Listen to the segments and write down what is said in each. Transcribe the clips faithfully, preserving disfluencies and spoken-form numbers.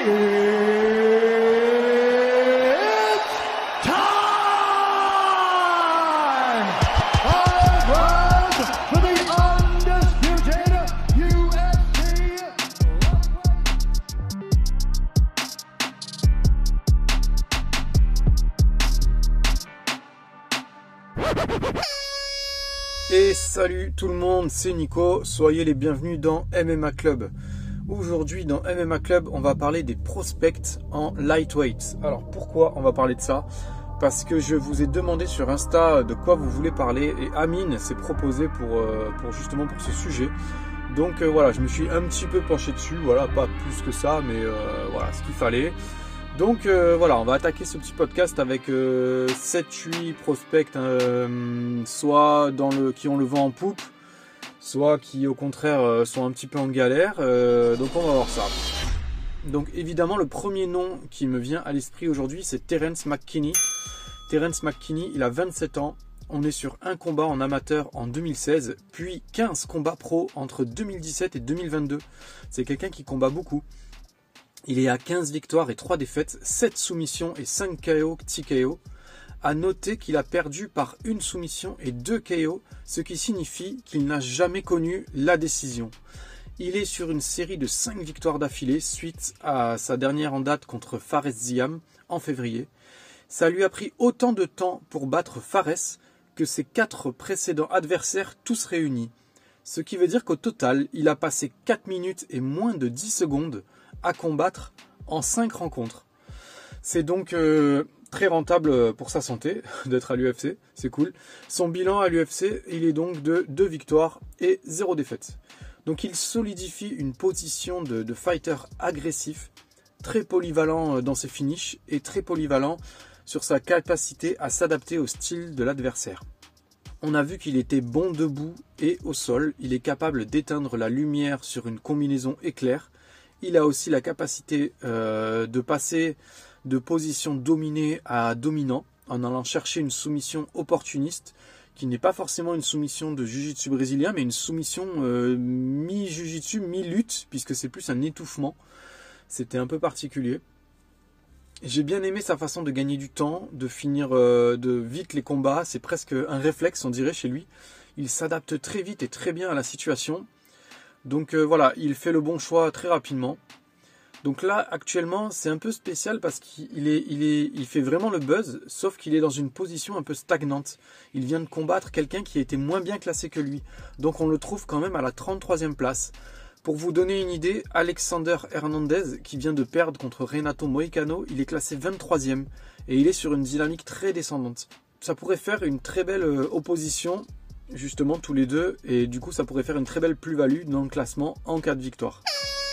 Et salut tout le monde, c'est Nico, soyez les bienvenus dans M M A Club. Aujourd'hui dans M M A Club, on va parler des prospects en lightweight. Alors pourquoi on va parler de ça? Parce que je vous ai demandé sur Insta de quoi vous voulez parler et Amine s'est proposé pour, euh, pour justement pour ce sujet. Donc euh, voilà, je me suis un petit peu penché dessus, voilà, pas plus que ça, mais euh, voilà ce qu'il fallait. Donc euh, voilà, on va attaquer ce petit podcast avec euh, sept huit prospects, euh, soit dans le, qui ont le vent en poupe, soit qui au contraire euh, sont un petit peu en galère. Euh, donc on va voir ça. Donc évidemment, le premier nom qui me vient à l'esprit aujourd'hui, c'est Terence McKinney. Terence McKinney, il a vingt-sept ans. On est sur un combat en amateur en deux mille seize, puis quinze combats pro entre deux mille dix-sept et deux mille vingt-deux. C'est quelqu'un qui combat beaucoup. Il est à quinze victoires et trois défaites, sept soumissions et cinq K O T K O. À noter qu'il a perdu par une soumission et deux K O, ce qui signifie qu'il n'a jamais connu la décision. Il est sur une série de cinq victoires d'affilée suite à sa dernière en date contre Fares Ziam en février. Ça lui a pris autant de temps pour battre Fares que ses quatre précédents adversaires tous réunis. Ce qui veut dire qu'au total, il a passé quatre minutes et moins de dix secondes à combattre en cinq rencontres. C'est donc euh, très rentable pour sa santé d'être à l'U F C, c'est cool. Son bilan à l'U F C, il est donc de deux victoires et zéro défaite. Donc il solidifie une position de, de fighter agressif, très polyvalent dans ses finishes et très polyvalent sur sa capacité à s'adapter au style de l'adversaire. On a vu qu'il était bon debout et au sol, il est capable d'éteindre la lumière sur une combinaison éclair. Il a aussi la capacité euh, de passer de position dominée à dominant en allant chercher une soumission opportuniste qui n'est pas forcément une soumission de jiu-jitsu brésilien mais une soumission euh, mi-jiu-jitsu, mi-lutte puisque c'est plus un étouffement. C'était un peu particulier. J'ai bien aimé sa façon de gagner du temps, de finir euh, de vite les combats. C'est presque un réflexe on dirait chez lui. Il s'adapte très vite et très bien à la situation. Donc euh, voilà, il fait le bon choix très rapidement. Donc là, actuellement, c'est un peu spécial parce qu'il est, il est, il fait vraiment le buzz, sauf qu'il est dans une position un peu stagnante. Il vient de combattre quelqu'un qui a été moins bien classé que lui. Donc on le trouve quand même à la trente-troisième place. Pour vous donner une idée, Alexander Hernandez, qui vient de perdre contre Renato Moicano, il est classé vingt-troisième et il est sur une dynamique très descendante. Ça pourrait faire une très belle opposition, justement tous les deux, et du coup ça pourrait faire une très belle plus-value dans le classement en cas de victoire.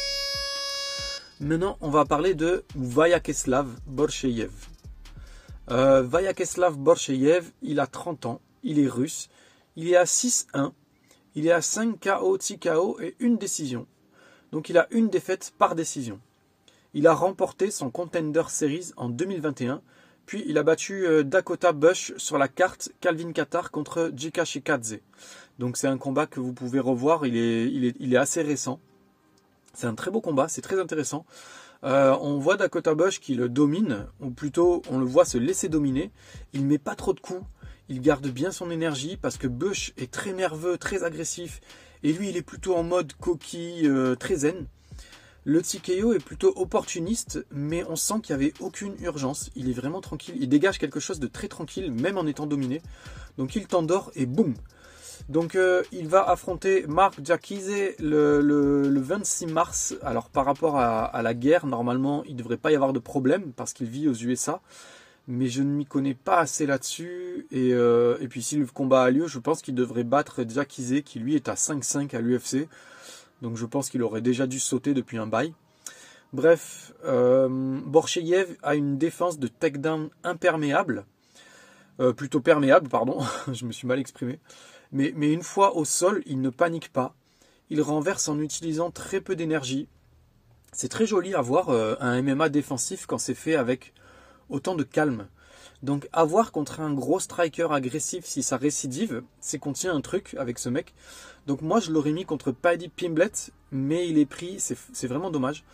Maintenant on va parler de Vyacheslav Borcheyev. Euh, Vyacheslav Borcheyev, il a trente ans, il est russe, il est à six un, il est à cinq K O T K O et une décision. Donc il a une défaite par décision. Il a remporté son Contender Series en deux mille vingt et un, puis il a battu Dakota Bush sur la carte Calvin Kattar contre Jika Shikadze. Donc c'est un combat que vous pouvez revoir, il est, il est, il est assez récent. C'est un très beau combat, c'est très intéressant. Euh, on voit Dakota Bush qui le domine, ou plutôt on le voit se laisser dominer. Il ne met pas trop de coups, il garde bien son énergie parce que Bush est très nerveux, très agressif. Et lui il est plutôt en mode coquille, euh, très zen. Le T K O est plutôt opportuniste, mais on sent qu'il n'y avait aucune urgence. Il est vraiment tranquille. Il dégage quelque chose de très tranquille, même en étant dominé. Donc il t'endort et boum. Donc euh, il va affronter Mark Diakiese le, le, le vingt-six mars. Alors par rapport à, à la guerre, normalement il ne devrait pas y avoir de problème parce qu'il vit aux U S A. Mais je ne m'y connais pas assez là-dessus. Et, euh, et puis si le combat a lieu, je pense qu'il devrait battre Diakiese qui lui est à cinq cinq à l'U F C. Donc je pense qu'il aurait déjà dû sauter depuis un bail. Bref, euh, Borcheyev a une défense de takedown imperméable. Euh, plutôt perméable, pardon. Je me suis mal exprimé. Mais, mais une fois au sol, il ne panique pas. Il renverse en utilisant très peu d'énergie. C'est très joli à voir euh, un M M A défensif quand c'est fait avec autant de calme. Donc à voir contre un gros striker agressif si ça récidive, c'est qu'on tient un truc avec ce mec. Donc moi je l'aurais mis contre Paddy Pimblett, mais il est pris, c'est, c'est vraiment dommage.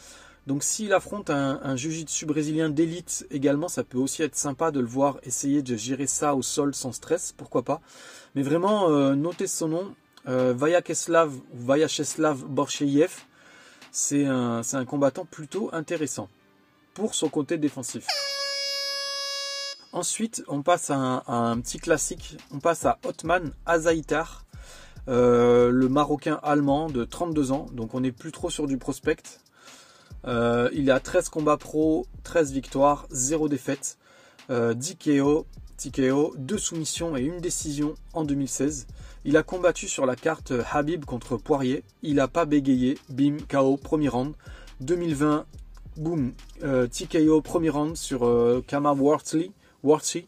Donc s'il affronte un, un jiu-jitsu brésilien d'élite également, ça peut aussi être sympa de le voir essayer de gérer ça au sol sans stress, pourquoi pas. Mais vraiment, euh, notez son nom, euh, Vyacheslav ou Vyacheslav Borcheyev, c'est un, c'est un combattant plutôt intéressant pour son côté défensif. Ensuite, on passe à un, à un petit classique, on passe à Othman Azaitar, euh, le Marocain allemand de trente-deux ans, donc on n'est plus trop sur du prospect. Euh, il a treize combats pro, treize victoires, zéro défaite, euh, dix K O, dix K O, deux soumissions et une décision en deux mille seize. Il a combattu sur la carte Habib contre Poirier, il n'a pas bégayé, bim, K O, premier round. deux mille vingt, boum, euh, T K O, premier round sur euh, Kama Wortley. Wortley.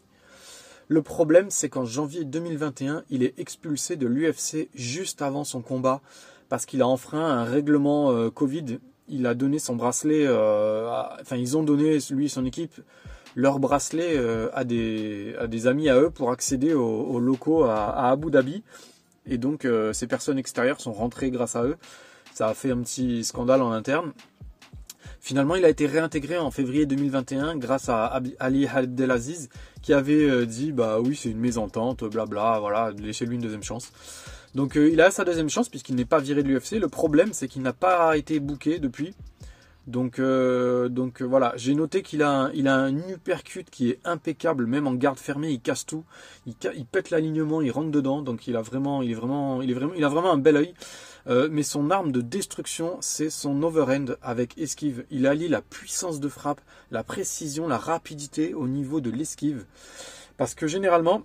Le problème, c'est qu'en janvier deux mille vingt et un, il est expulsé de l'U F C juste avant son combat parce qu'il a enfreint un règlement euh, Covid. Il a donné son bracelet, euh, à, enfin ils ont donné, lui et son équipe, leur bracelet euh, à, des, à des amis à eux pour accéder aux, aux locaux à, à Abu Dhabi. Et donc euh, ces personnes extérieures sont rentrées grâce à eux. Ça a fait un petit scandale en interne. Finalement, il a été réintégré en février deux mille vingt et un grâce à Ali Abdelaziz qui avait euh, dit bah oui c'est une mésentente, blabla, voilà, laissez-lui une deuxième chance. Donc euh, il a sa deuxième chance puisqu'il n'est pas viré de l'U F C. Le problème c'est qu'il n'a pas été booké depuis. Donc, euh, donc euh, voilà, j'ai noté qu'il a, un, il a un uppercut qui est impeccable, même en garde fermée, il casse tout, il, il pète l'alignement, il rentre dedans, donc il a vraiment, il est vraiment, il est vraiment, il a vraiment un bel œil. Euh, mais son arme de destruction, c'est son overhand avec esquive. Il allie la puissance de frappe, la précision, la rapidité au niveau de l'esquive, parce que généralement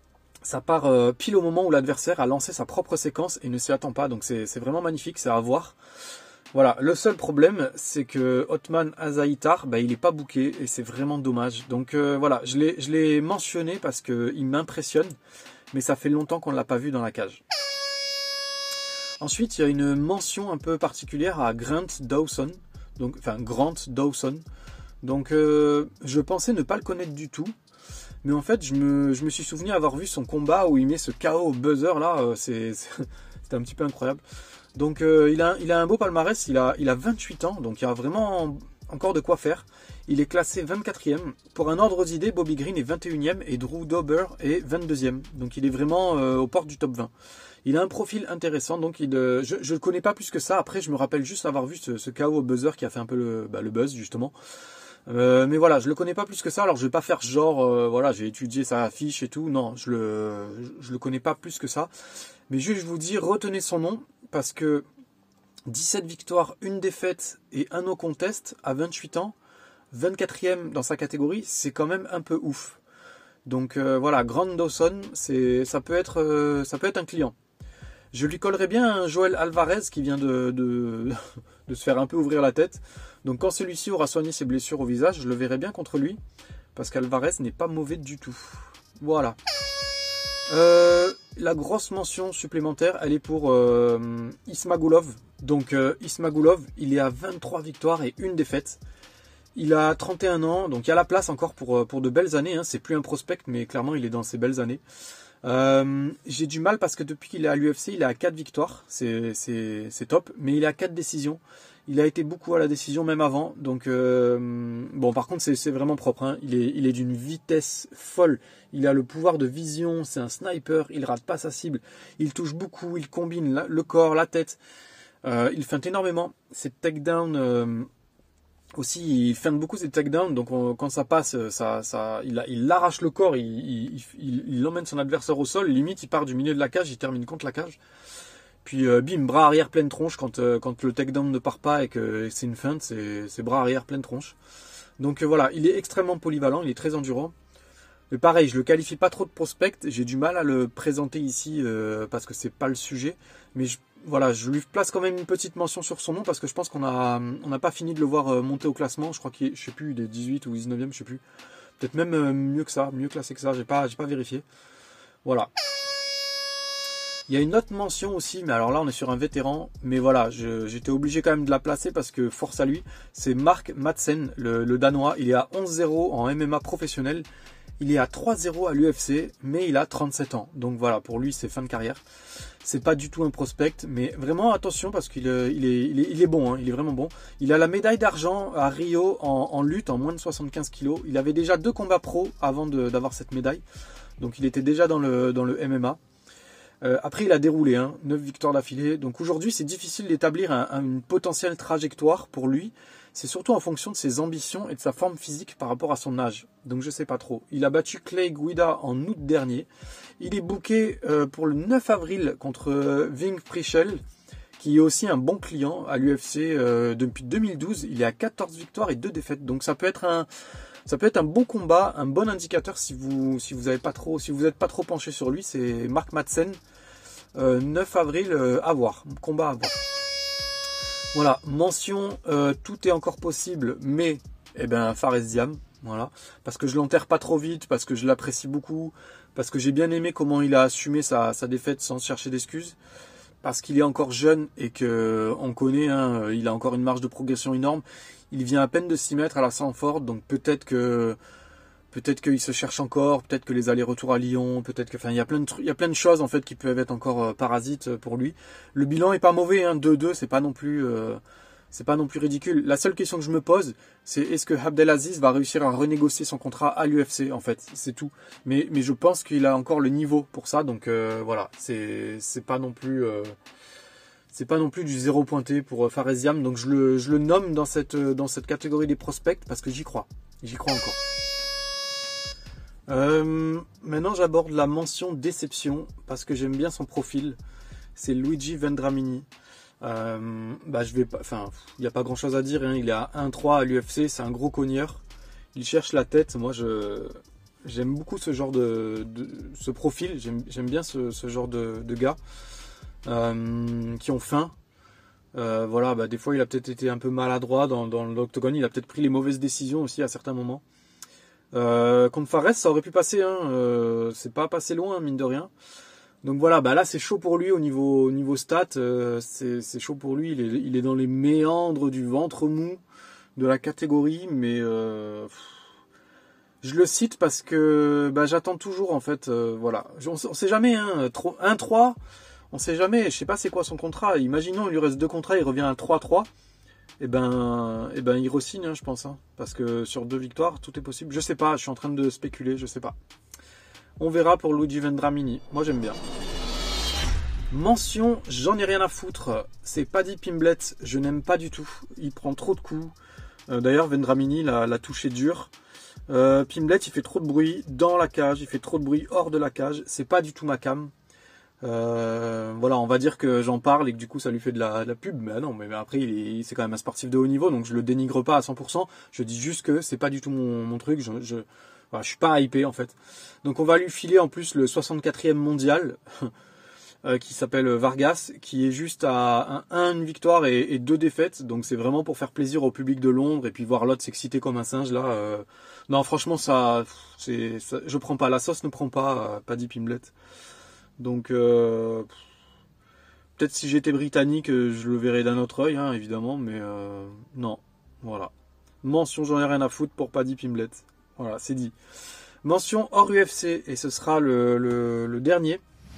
ça part euh, pile au moment où l'adversaire a lancé sa propre séquence et ne s'y attend pas. Donc c'est vraiment magnifique, c'est à voir. Voilà, le seul problème, c'est que Othman Azaitar, bah, il n'est pas booké et c'est vraiment dommage. Donc euh, voilà, je l'ai mentionné parce qu'il m'impressionne, mais ça fait longtemps qu'on ne l'a pas vu dans la cage. Ensuite, il y a une mention un peu particulière à Grant Dawson, donc, enfin Grant Dawson. Donc euh, je pensais ne pas le connaître du tout. Mais en fait, je me, je me suis souvenu avoir vu son combat où il met ce K O au buzzer là, euh, c'était un petit peu incroyable. Donc euh, il, a, il a un beau palmarès, il a, il a vingt-huit ans, donc il y a vraiment encore de quoi faire. Il est classé vingt-quatrième. Pour un ordre d'idée, Bobby Green est vingt et unième et Drew Dober est vingt-deuxième. Donc il est vraiment euh, aux portes du top vingt. Il a un profil intéressant, donc il, euh, je ne le connais pas plus que ça. Après, je me rappelle juste avoir vu ce, ce K O au buzzer qui a fait un peu le, bah, le buzz justement. Euh, mais voilà, je le connais pas plus que ça, alors je vais pas faire genre, euh, voilà, j'ai étudié sa fiche et tout, non, je le, je le connais pas plus que ça, mais juste je vous dis, retenez son nom, parce que dix-sept victoires, une défaite et un no contest à vingt-huit ans, vingt-quatrième dans sa catégorie, c'est quand même un peu ouf. Donc euh, voilà, Grant Dawson, c'est, ça peut être, euh, ça peut être un client. Je lui collerais bien un Joel Alvarez qui vient de, de, de se faire un peu ouvrir la tête. Donc quand celui-ci aura soigné ses blessures au visage, je le verrai bien contre lui. Parce qu'Alvarez n'est pas mauvais du tout. Voilà. Euh, la grosse mention supplémentaire, elle est pour euh, Ismagulov. Donc euh, Ismagulov, il est à vingt-trois victoires et une défaite. Il a trente et un ans, donc il y a la place encore pour, pour de belles années. Hein. C'est plus un prospect, mais clairement il est dans ses belles années. Euh, j'ai du mal parce que depuis qu'il est à l'U F C, il est à quatre victoires, c'est top, mais il est à quatre décisions. Il a été beaucoup à la décision même avant, donc euh, bon par contre c'est vraiment propre, hein. il est, il est d'une vitesse folle, il a le pouvoir de vision, c'est un sniper, il rate pas sa cible, il touche beaucoup, il combine la, le corps, la tête, euh, il feinte énormément, ses takedowns... Euh, aussi, il feinte beaucoup ses takedowns, donc on, quand ça passe, ça, ça, il, il arrache le corps, il, il, il, il emmène son adversaire au sol, limite il part du milieu de la cage, il termine contre la cage. Puis euh, bim, bras arrière pleine tronche quand, euh, quand le takedown ne part pas et que c'est une feinte, c'est bras arrière pleine tronche. Donc euh, voilà, il est extrêmement polyvalent, il est très endurant. Mais pareil, je le qualifie pas trop de prospect, j'ai du mal à le présenter ici euh, parce que c'est pas le sujet, mais je, voilà, je lui place quand même une petite mention sur son nom parce que je pense qu'on a on n'a pas fini de le voir monter au classement. Je crois qu'il est, je sais plus, il est dix-huit ou dix-neuvième, je sais plus. Peut-être même mieux que ça, mieux classé que ça, j'ai pas, j'ai pas vérifié. Voilà. Il y a une autre mention aussi, mais alors là on est sur un vétéran, mais voilà, j'étais obligé quand même de la placer parce que force à lui, c'est Mark Madsen, le, le Danois, il est à onze zéro en M M A professionnel. Il est à trois zéro à l'U F C, mais il a trente-sept ans. Donc voilà, pour lui, c'est fin de carrière. C'est pas du tout un prospect, mais vraiment attention parce qu'il est, il est, il est, il est bon, hein, il est vraiment bon. Il a la médaille d'argent à Rio en, en lutte en moins de soixante-quinze kilos. Il avait déjà deux combats pro avant d'avoir cette médaille. Donc il était déjà dans le, dans le M M A. Euh, après, il a déroulé, hein, neuf victoires d'affilée. Donc aujourd'hui, c'est difficile d'établir un, un, une potentielle trajectoire pour lui. C'est surtout en fonction de ses ambitions et de sa forme physique par rapport à son âge. Donc je sais pas trop. Il a battu Clay Guida en août dernier. Il est booké euh, pour le neuf avril contre euh, Ving Prichel, qui est aussi un bon client à l'U F C euh, depuis deux mille douze. Il est à quatorze victoires et deux défaites. Donc ça peut être un, ça peut être un bon combat, un bon indicateur si vous, si vous avez pas trop, si vous n'êtes pas trop penché sur lui. C'est Mark Madsen, euh, neuf avril, euh, à voir, combat à voir. Voilà, mention, euh, tout est encore possible, mais eh ben Fares Ziam, voilà, parce que je l'enterre pas trop vite, parce que je l'apprécie beaucoup, parce que j'ai bien aimé comment il a assumé sa, sa défaite sans chercher d'excuses, parce qu'il est encore jeune et que on connaît, hein, il a encore une marge de progression énorme. Il vient à peine de s'y mettre à la Sanford, donc peut-être que peut-être qu'il se cherche encore, peut-être que les allers-retours à Lyon, peut-être que, enfin, il y a plein de trucs, il y a plein de choses en fait qui peuvent être encore euh, parasites pour lui. Le bilan est pas mauvais, hein, deux deux, c'est pas non plus, euh, c'est pas non plus ridicule. La seule question que je me pose, c'est est-ce que Abdelaziz va réussir à renégocier son contrat à l'U F C en fait, c'est tout. Mais mais je pense qu'il a encore le niveau pour ça, donc euh, voilà, c'est c'est pas non plus. Euh, C'est pas non plus du zéro pointé pour Fares Ziam, donc je le, je le nomme dans cette, dans cette catégorie des prospects parce que j'y crois. J'y crois encore. Euh, maintenant, j'aborde la mention déception parce que j'aime bien son profil. C'est Luigi Vendramini. Euh, bah, je vais pas, enfin, il n'y a pas grand chose à dire, hein. Il est à un trois à l'U F C, c'est un gros cogneur. Il cherche la tête. Moi, je, j'aime beaucoup ce genre de, de ce profil. J'aime, j'aime bien ce, ce genre de, de gars. Euh, qui ont faim. Euh, voilà, bah, des fois il a peut-être été un peu maladroit dans, dans l'octogone, il a peut-être pris les mauvaises décisions aussi à certains moments. Euh, contre Fares, ça aurait pu passer, hein, euh, c'est pas passé loin, mine de rien. Donc voilà, bah là c'est chaud pour lui au niveau, au niveau stats, euh, c'est, c'est chaud pour lui, il est, il est dans les méandres du ventre mou de la catégorie, mais euh, je le cite parce que bah, j'attends toujours en fait, euh, voilà. On, on sait jamais, hein, un trois. On sait jamais, je sais pas c'est quoi son contrat. Imaginons il lui reste deux contrats, il revient à trois trois. Et ben, et ben il re-signe, hein, je pense. Hein, parce que sur deux victoires, tout est possible. Je sais pas, je suis en train de spéculer, je sais pas. On verra pour Luigi Vendramini. Moi j'aime bien. Mention, j'en ai rien à foutre. C'est Paddy Pimblett, je n'aime pas du tout. Il prend trop de coups. Euh, D'ailleurs, Vendramini l'a, l'a touché dur. Euh, Pimblett, il fait trop de bruit dans la cage, il fait trop de bruit hors de la cage. C'est pas du tout ma cam. Euh, voilà, on va dire que j'en parle et que du coup ça lui fait de la, de la pub, mais non, mais après il est, c'est quand même un sportif de haut niveau, donc je le dénigre pas à cent pour cent. Je dis juste que c'est pas du tout mon, mon truc. Je, je, voilà, je suis pas hypé en fait. Donc on va lui filer en plus le soixante-quatrième mondial euh, qui s'appelle Vargas, qui est juste à un, un une victoire et, et deux défaites. Donc c'est vraiment pour faire plaisir au public de Londres et puis voir l'autre s'exciter comme un singe là. Euh, non, franchement ça, c'est, ça, je prends pas la sauce, ne prend pas, euh, Paddy Pimblett. Donc, euh, peut-être si j'étais britannique, je le verrais d'un autre œil, hein, évidemment, mais euh, non, voilà. Mention, j'en ai rien à foutre pour Paddy Pimblett. Voilà, c'est dit. Mention hors U F C, et ce sera le, le, le dernier.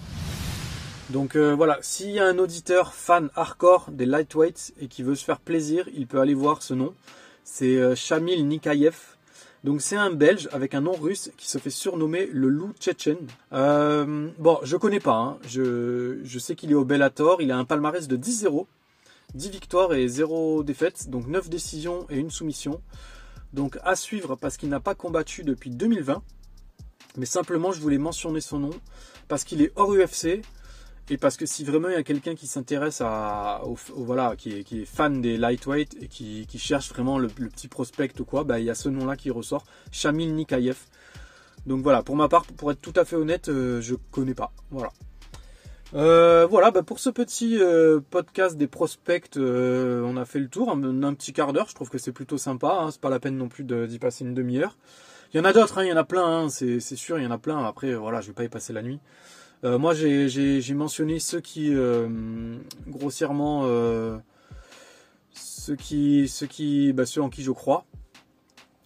Donc euh, voilà, s'il y a un auditeur fan hardcore des lightweights et qui veut se faire plaisir, il peut aller voir ce nom. C'est euh, Shamil Nikayev. Donc c'est un Belge avec un nom russe qui se fait surnommer le loup tchétchène. Euh, bon, je connais pas, hein. je, je sais qu'il est au Bellator, il a un palmarès de dix zéro, dix victoires et zéro défaites, donc neuf décisions et une soumission. Donc à suivre parce qu'il n'a pas combattu depuis deux mille vingt, mais simplement je voulais mentionner son nom parce qu'il est hors U F C. Et parce que si vraiment il y a quelqu'un qui s'intéresse à, au, au, voilà, qui est, qui est fan des lightweight et qui, qui cherche vraiment le, le petit prospect ou quoi, bah, il y a ce nom-là qui ressort, Shamil Nikayev. Donc voilà, pour ma part, pour être tout à fait honnête, euh, je connais pas. Voilà. Euh, voilà, bah, pour ce petit euh, podcast des prospects, euh, on a fait le tour, un, un petit quart d'heure. Je trouve que c'est plutôt sympa. Hein, c'est pas la peine non plus de, d'y passer une demi-heure. Il y en a d'autres, hein, il y en a plein. Hein, c'est, c'est sûr, il y en a plein. Après, voilà, je vais pas y passer la nuit. Euh, moi, j'ai, j'ai, j'ai mentionné ceux qui, euh, grossièrement, euh, ceux qui, ceux qui, bah, ceux en qui je crois.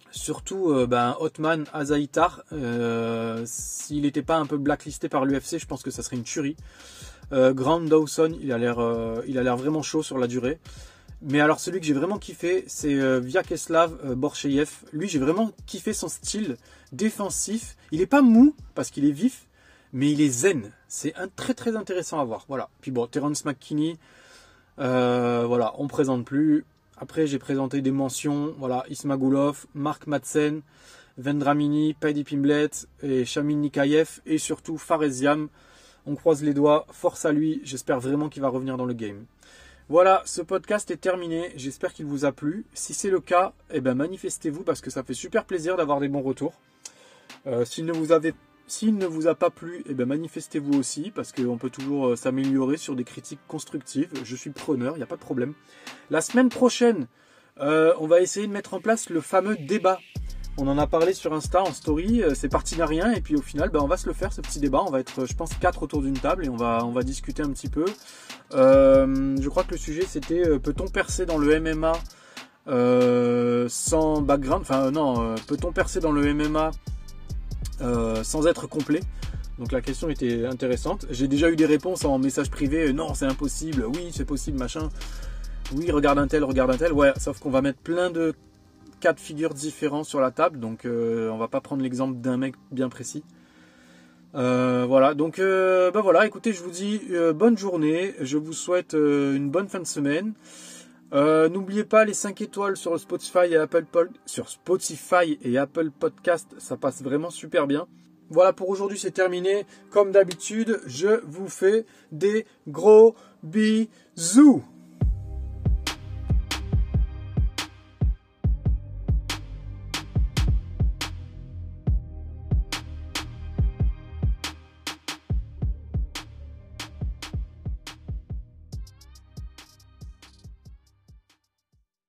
Surtout euh, ben, Othman Azaitar, euh, s'il n'était pas un peu blacklisté par l'U F C, je pense que ça serait une tuerie. Euh, Graham Dawson, il a l'air euh, il a l'air vraiment chaud sur la durée. Mais alors celui que j'ai vraiment kiffé, c'est euh, Vyacheslav euh, Borcheyev. Lui, j'ai vraiment kiffé son style défensif. Il est pas mou parce qu'il est vif, mais il est zen. C'est un très très intéressant à voir. Voilà. Puis bon, Terence McKinney, euh, voilà, on présente plus. Après, j'ai présenté des mentions. Voilà, Ismagulov, Mark Madsen, Vendramini, Paddy Pimblett et Shamil Nikayev et surtout Faresiam. On croise les doigts. Force à lui. J'espère vraiment qu'il va revenir dans le game. Voilà, ce podcast est terminé. J'espère qu'il vous a plu. Si c'est le cas, eh ben manifestez-vous parce que ça fait super plaisir d'avoir des bons retours. Euh, s'il ne vous avez, s'il ne vous a pas plu, eh ben manifestez-vous aussi parce qu'on peut toujours s'améliorer sur des critiques constructives. Je suis preneur, il n'y a pas de problème. La semaine prochaine, euh, on va essayer de mettre en place le fameux débat. On en a parlé sur Insta, en story, c'est parti d'un rien et puis au final, ben, on va se le faire ce petit débat. On va être, je pense, quatre autour d'une table et on va, on va discuter un petit peu. Euh, je crois que le sujet c'était euh, peut-on percer dans le M M A euh, sans background, enfin non, euh, peut-on percer dans le M M A euh, sans être complet? Donc la question était intéressante. J'ai déjà eu des réponses en message privé, non c'est impossible, oui c'est possible, machin. Oui regarde un tel, regarde un tel, ouais, sauf qu'on va mettre plein de cas de figure différents sur la table, donc euh, on va pas prendre l'exemple d'un mec bien précis. Euh, voilà, donc euh, ben voilà, écoutez, je vous dis euh, bonne journée, je vous souhaite euh, une bonne fin de semaine. Euh, n'oubliez pas les cinq étoiles sur Spotify et Apple Pod, sur Spotify et Apple Podcast, ça passe vraiment super bien. Voilà, pour aujourd'hui c'est terminé. Comme d'habitude, je vous fais des gros bisous.